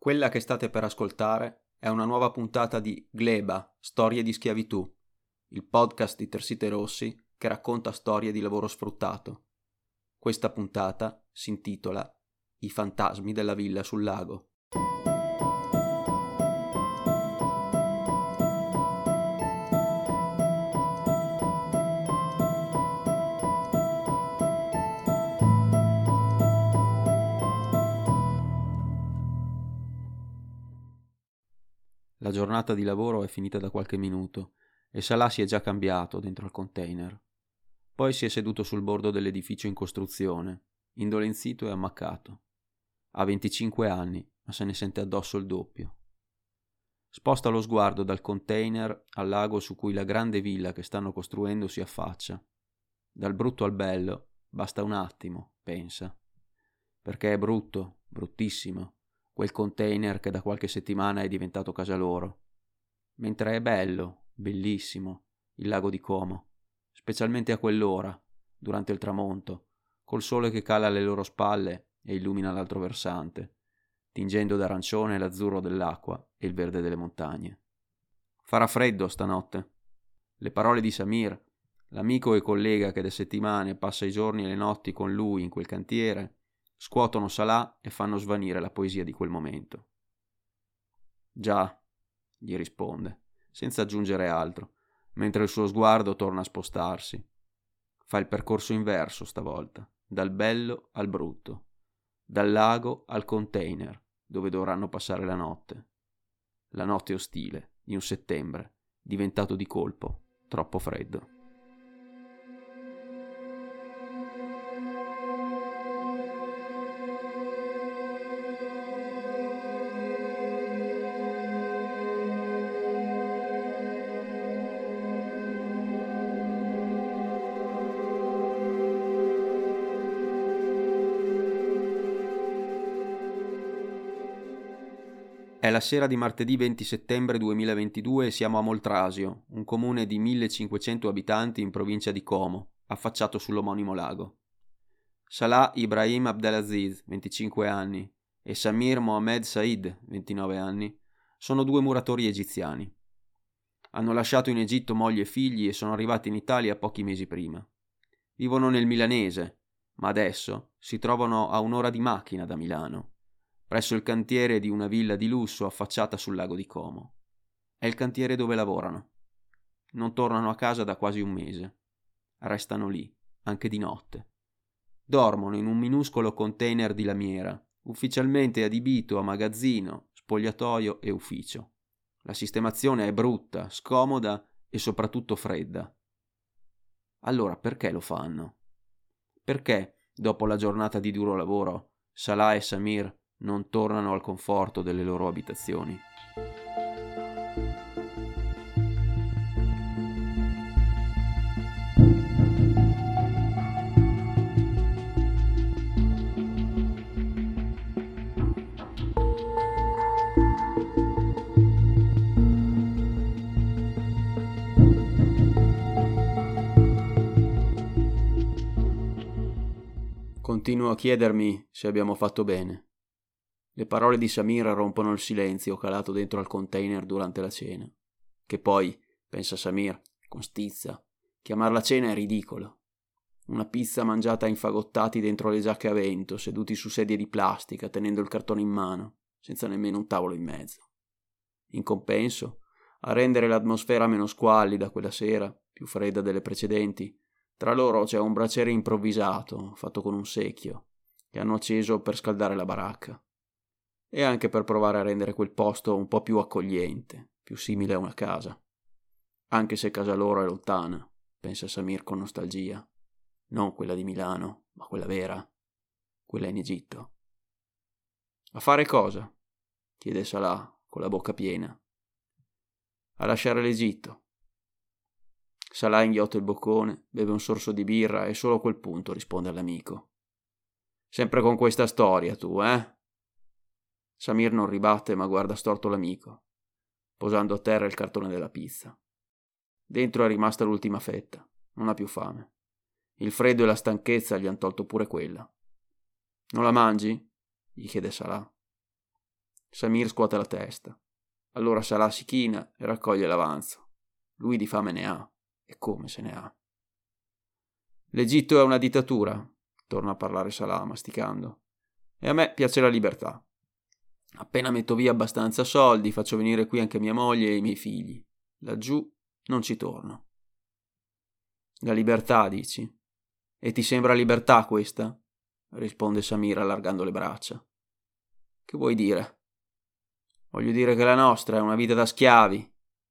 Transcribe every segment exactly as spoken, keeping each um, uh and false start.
Quella che state per ascoltare è una nuova puntata di Gleba, Storie di schiavitù, il podcast di Tersite Rossi che racconta storie di lavoro sfruttato. Questa puntata si intitola I fantasmi della villa sul lago. La giornata di lavoro è finita da qualche minuto e Salah si è già cambiato dentro al container. Poi si è seduto sul bordo dell'edificio in costruzione, indolenzito e ammaccato. Ha venticinque anni, ma se ne sente addosso il doppio. Sposta lo sguardo dal container al lago su cui la grande villa che stanno costruendo si affaccia. Dal brutto al bello basta un attimo, pensa. Perché è brutto, bruttissimo, quel container che da qualche settimana è diventato casa loro. Mentre è bello, bellissimo, il lago di Como, specialmente a quell'ora, durante il tramonto, col sole che cala alle loro spalle e illumina l'altro versante, tingendo d'arancione l'azzurro dell'acqua e il verde delle montagne. Farà freddo stanotte. Le parole di Samir, l'amico e collega che da settimane passa i giorni e le notti con lui in quel cantiere, scuotono Salah e fanno svanire la poesia di quel momento. Già, gli risponde, senza aggiungere altro, mentre il suo sguardo torna a spostarsi. Fa il percorso inverso stavolta, dal bello al brutto, dal lago al container, dove dovranno passare la notte. La notte ostile di un settembre, diventato di colpo troppo freddo. È la sera di martedì venti settembre duemilaventidue e siamo a Moltrasio, un comune di millecinquecento abitanti in provincia di Como, affacciato sull'omonimo lago. Salah Ibrahim Abdelaziz, venticinque anni, e Samir Mohamed Said, ventinove anni, sono due muratori egiziani. Hanno lasciato in Egitto moglie e figli e sono arrivati in Italia pochi mesi prima. Vivono nel Milanese, ma adesso si trovano a un'ora di macchina da Milano, presso il cantiere di una villa di lusso affacciata sul lago di Como. È il cantiere dove lavorano. Non tornano a casa da quasi un mese. Restano lì, anche di notte. Dormono in un minuscolo container di lamiera, ufficialmente adibito a magazzino, spogliatoio e ufficio. La sistemazione è brutta, scomoda e soprattutto fredda. Allora perché lo fanno? Perché, dopo la giornata di duro lavoro, Salah e Samir non tornano al conforto delle loro abitazioni? Continuo a chiedermi se abbiamo fatto bene. Le parole di Samir rompono il silenzio calato dentro al container durante la cena. Che poi, pensa Samir, con stizza, chiamarla cena è ridicolo. Una pizza mangiata infagottati dentro le giacche a vento, seduti su sedie di plastica, tenendo il cartone in mano, senza nemmeno un tavolo in mezzo. In compenso, a rendere l'atmosfera meno squallida quella sera, più fredda delle precedenti, tra loro c'è un braciere improvvisato, fatto con un secchio, che hanno acceso per scaldare la baracca. E anche per provare a rendere quel posto un po' più accogliente, più simile a una casa. Anche se casa loro è lontana, pensa Samir con nostalgia. Non quella di Milano, ma quella vera, quella in Egitto. A fare cosa? Chiede Salah con la bocca piena. A lasciare l'Egitto. Salah inghiotte il boccone, beve un sorso di birra e solo a quel punto risponde all'amico. Sempre con questa storia tu, eh? Samir non ribatte ma guarda storto l'amico, posando a terra il cartone della pizza. Dentro è rimasta l'ultima fetta, non ha più fame. Il freddo e la stanchezza gli han tolto pure quella. Non la mangi? Gli chiede Salah. Samir scuote la testa. Allora Salah si china e raccoglie l'avanzo. Lui di fame ne ha, e come se ne ha. L'Egitto è una dittatura, torna a parlare Salah masticando, e a me piace la libertà. Appena metto via abbastanza soldi, faccio venire qui anche mia moglie e i miei figli. Laggiù non ci torno. La libertà, dici? E ti sembra libertà questa? Risponde Samir allargando le braccia. Che vuoi dire? Voglio dire che la nostra è una vita da schiavi.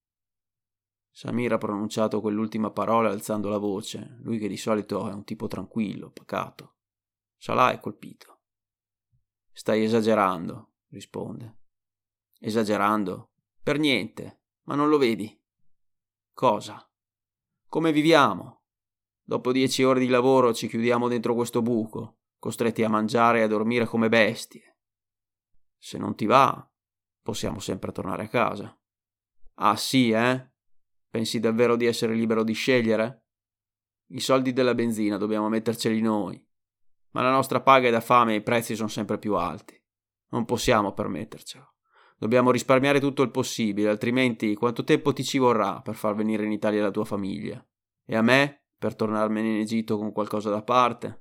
Samir ha pronunciato quell'ultima parola alzando la voce, lui che di solito è un tipo tranquillo, pacato. Salah è colpito. Stai esagerando, risponde. Esagerando? Per niente, ma non lo vedi? Cosa? Come viviamo? Dopo dieci ore di lavoro ci chiudiamo dentro questo buco, costretti a mangiare e a dormire come bestie. Se non ti va, possiamo sempre tornare a casa. Ah sì, eh? Pensi davvero di essere libero di scegliere? I soldi della benzina dobbiamo metterceli noi, ma la nostra paga è da fame e i prezzi sono sempre più alti. Non possiamo permettercelo. Dobbiamo risparmiare tutto il possibile, altrimenti quanto tempo ti ci vorrà per far venire in Italia la tua famiglia? E a me, per tornarmene in Egitto con qualcosa da parte?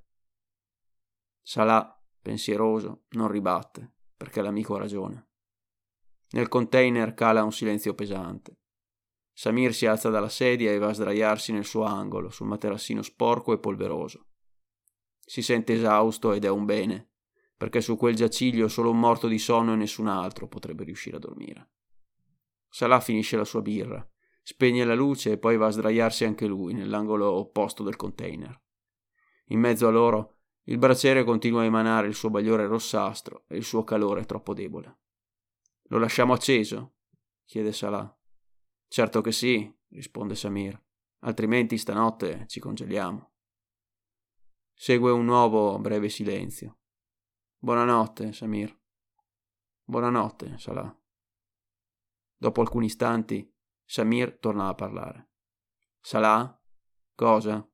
Salah, pensieroso, non ribatte, perché l'amico ha ragione. Nel container cala un silenzio pesante. Samir si alza dalla sedia e va a sdraiarsi nel suo angolo, sul materassino sporco e polveroso. Si sente esausto ed è un bene, perché su quel giaciglio solo un morto di sonno e nessun altro potrebbe riuscire a dormire. Salah finisce la sua birra, spegne la luce e poi va a sdraiarsi anche lui nell'angolo opposto del container. In mezzo a loro il braciere continua a emanare il suo bagliore rossastro e il suo calore è troppo debole. Lo lasciamo acceso? Chiede Salah. Certo che sì, risponde Samir, altrimenti stanotte ci congeliamo. Segue un nuovo breve silenzio. Buonanotte, Samir. Buonanotte, Salah. Dopo alcuni istanti, Samir torna a parlare. Salah? Cosa?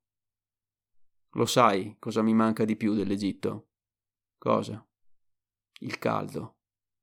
Lo sai cosa mi manca di più dell'Egitto? Cosa? Il caldo.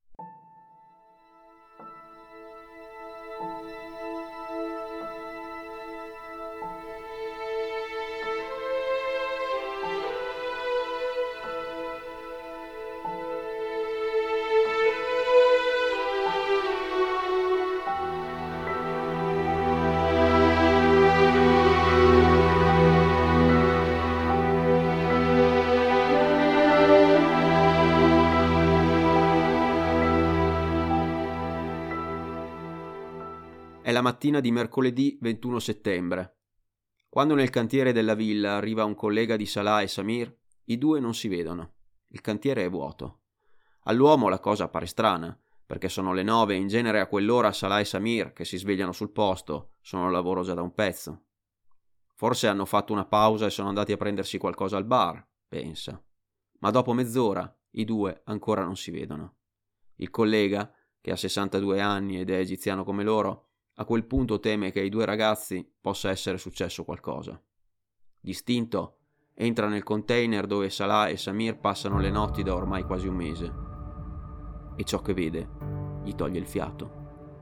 È la mattina di mercoledì ventuno settembre. Quando nel cantiere della villa arriva un collega di Salah e Samir, i due non si vedono. Il cantiere è vuoto. All'uomo la cosa appare strana, perché sono le nove e in genere a quell'ora Salah e Samir, che si svegliano sul posto, sono al lavoro già da un pezzo. Forse hanno fatto una pausa e sono andati a prendersi qualcosa al bar, pensa. Ma dopo mezz'ora i due ancora non si vedono. Il collega, che ha sessantadue anni ed è egiziano come loro, a quel punto teme che ai due ragazzi possa essere successo qualcosa. Distinto, entra nel container dove Salah e Samir passano le notti da ormai quasi un mese. E ciò che vede gli toglie il fiato.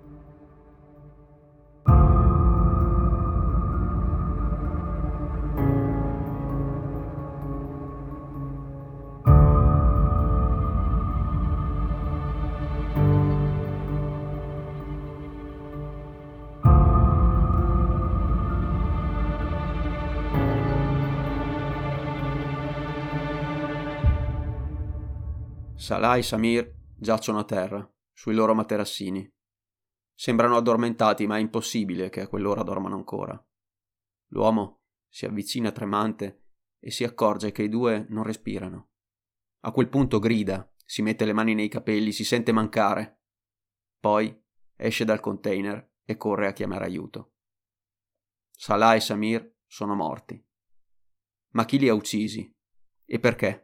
Salah e Samir giacciono a terra, sui loro materassini. Sembrano addormentati, ma è impossibile che a quell'ora dormano ancora. L'uomo si avvicina tremante e si accorge che i due non respirano. A quel punto grida, si mette le mani nei capelli, si sente mancare. Poi esce dal container e corre a chiamare aiuto. Salah e Samir sono morti. Ma chi li ha uccisi? E perché?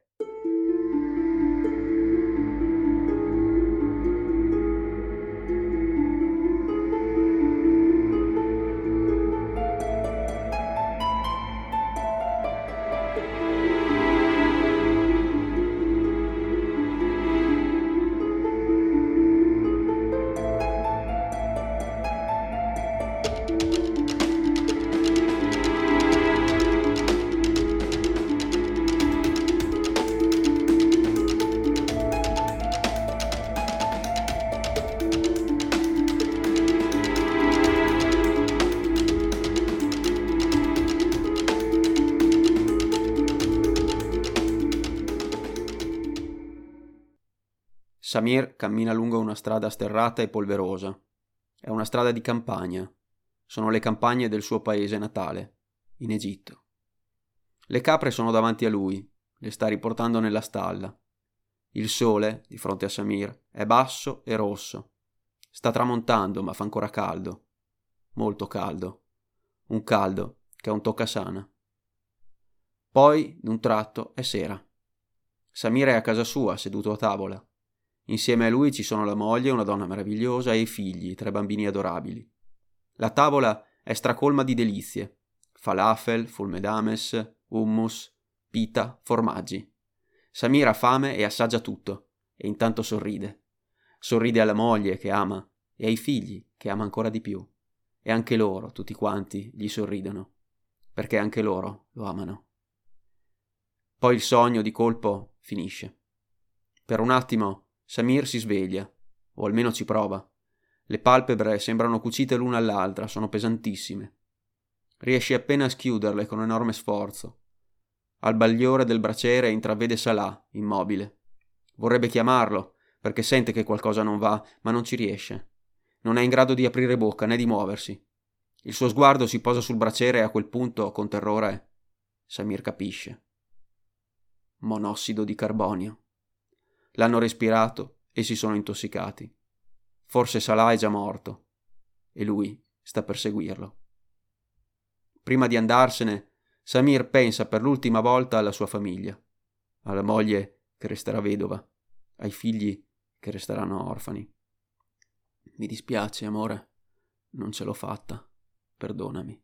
Samir cammina lungo una strada sterrata e polverosa. È una strada di campagna. Sono le campagne del suo paese natale, in Egitto. Le capre sono davanti a lui, le sta riportando nella stalla. Il sole, di fronte a Samir, è basso e rosso. Sta tramontando, ma fa ancora caldo. Molto caldo. Un caldo che ha un toccasana. Poi, d'un tratto, è sera. Samir è a casa sua, seduto a tavola. Insieme a lui ci sono la moglie, una donna meravigliosa, e i figli, tre bambini adorabili. La tavola è stracolma di delizie. Falafel, fulmedames, hummus, pita, formaggi. Samir ha fame e assaggia tutto, e intanto sorride. Sorride alla moglie che ama, e ai figli che ama ancora di più. E anche loro, tutti quanti, gli sorridono, perché anche loro lo amano. Poi il sogno di colpo finisce. Per un attimo Samir si sveglia, o almeno ci prova. Le palpebre sembrano cucite l'una all'altra, sono pesantissime. Riesce appena a schiuderle con enorme sforzo. Al bagliore del braciere intravede Salah, immobile. Vorrebbe chiamarlo, perché sente che qualcosa non va, ma non ci riesce. Non è in grado di aprire bocca né di muoversi. Il suo sguardo si posa sul braciere e a quel punto, con terrore, Samir capisce. Monossido di carbonio. L'hanno respirato e si sono intossicati. Forse Salah è già morto e lui sta per seguirlo. Prima di andarsene, Samir pensa per l'ultima volta alla sua famiglia, alla moglie che resterà vedova, ai figli che resteranno orfani. Mi dispiace, amore, non ce l'ho fatta, perdonami.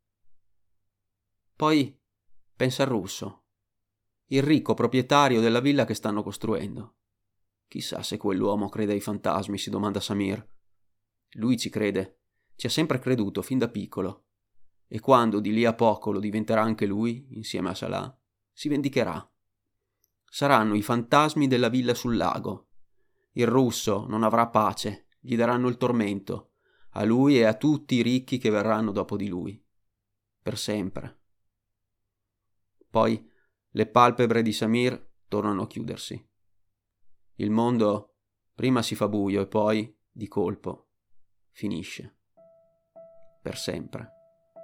Poi pensa al russo, il ricco proprietario della villa che stanno costruendo. Chissà se quell'uomo crede ai fantasmi, si domanda Samir. Lui ci crede, ci ha sempre creduto fin da piccolo. E quando di lì a poco lo diventerà anche lui, insieme a Salah, si vendicherà. Saranno i fantasmi della villa sul lago. Il russo non avrà pace, gli daranno il tormento, a lui e a tutti i ricchi che verranno dopo di lui. Per sempre. Poi le palpebre di Samir tornano a chiudersi. Il mondo prima si fa buio e poi, di colpo, finisce. Per sempre.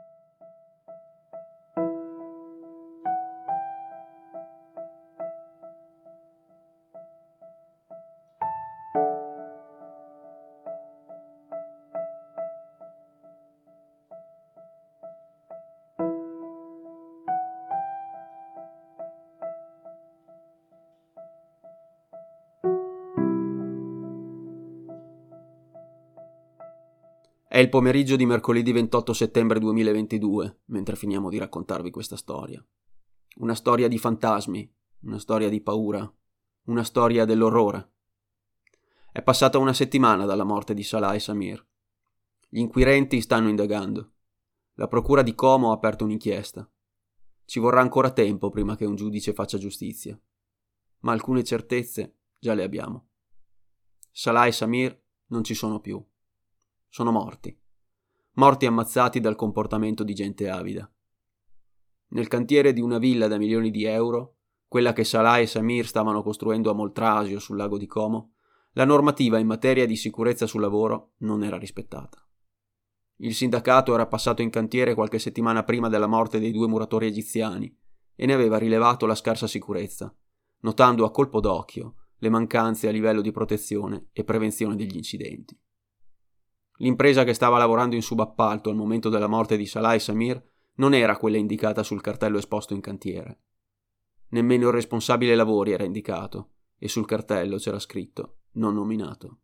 È il pomeriggio di mercoledì ventotto settembre duemilaventidue, mentre finiamo di raccontarvi questa storia. Una storia di fantasmi, una storia di paura, una storia dell'orrore. È passata una settimana dalla morte di Salah e Samir. Gli inquirenti stanno indagando. La procura di Como ha aperto un'inchiesta. Ci vorrà ancora tempo prima che un giudice faccia giustizia. Ma alcune certezze già le abbiamo. Salah e Samir non ci sono più. Sono morti. Morti ammazzati dal comportamento di gente avida. Nel cantiere di una villa da milioni di euro, quella che Salah e Samir stavano costruendo a Moltrasio sul lago di Como, la normativa in materia di sicurezza sul lavoro non era rispettata. Il sindacato era passato in cantiere qualche settimana prima della morte dei due muratori egiziani e ne aveva rilevato la scarsa sicurezza, notando a colpo d'occhio le mancanze a livello di protezione e prevenzione degli incidenti. L'impresa che stava lavorando in subappalto al momento della morte di Salah e Samir non era quella indicata sul cartello esposto in cantiere. Nemmeno il responsabile lavori era indicato e sul cartello c'era scritto non nominato.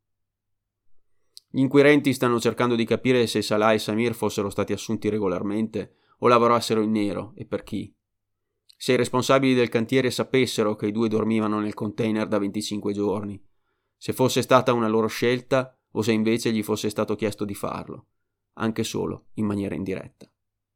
Gli inquirenti stanno cercando di capire se Salah e Samir fossero stati assunti regolarmente o lavorassero in nero e per chi. Se i responsabili del cantiere sapessero che i due dormivano nel container da venticinque giorni, se fosse stata una loro scelta o se invece gli fosse stato chiesto di farlo, anche solo in maniera indiretta.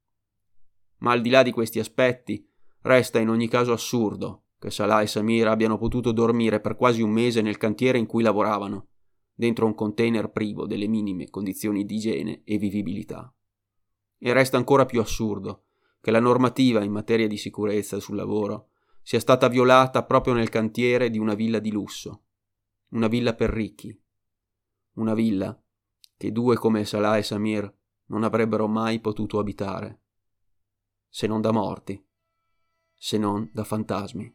Ma al di là di questi aspetti, resta in ogni caso assurdo che Salah e Samir abbiano potuto dormire per quasi un mese nel cantiere in cui lavoravano, dentro un container privo delle minime condizioni di igiene e vivibilità. E resta ancora più assurdo che la normativa in materia di sicurezza sul lavoro sia stata violata proprio nel cantiere di una villa di lusso. Una villa per ricchi. Una villa che due come Salah e Samir non avrebbero mai potuto abitare, se non da morti, se non da fantasmi.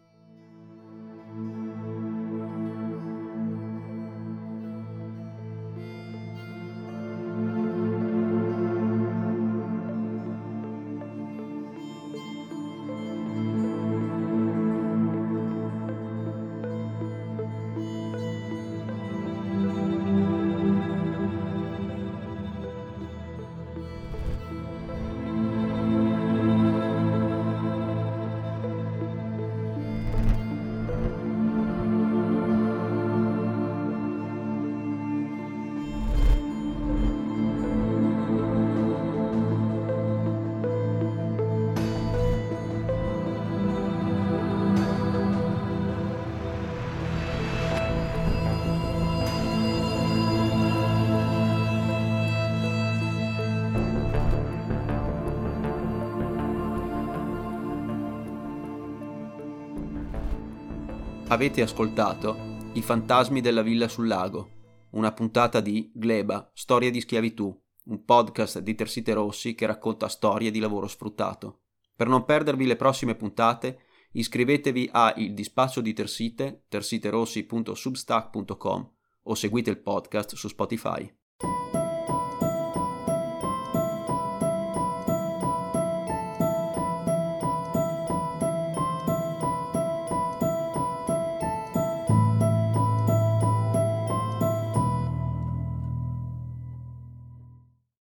Avete ascoltato I fantasmi della villa sul lago, una puntata di Gleba, storie di schiavitù, un podcast di Tersite Rossi che racconta storie di lavoro sfruttato. Per non perdervi le prossime puntate, iscrivetevi a Il Dispaccio di Tersite, tersiterossi punto substack punto com o seguite il podcast su Spotify.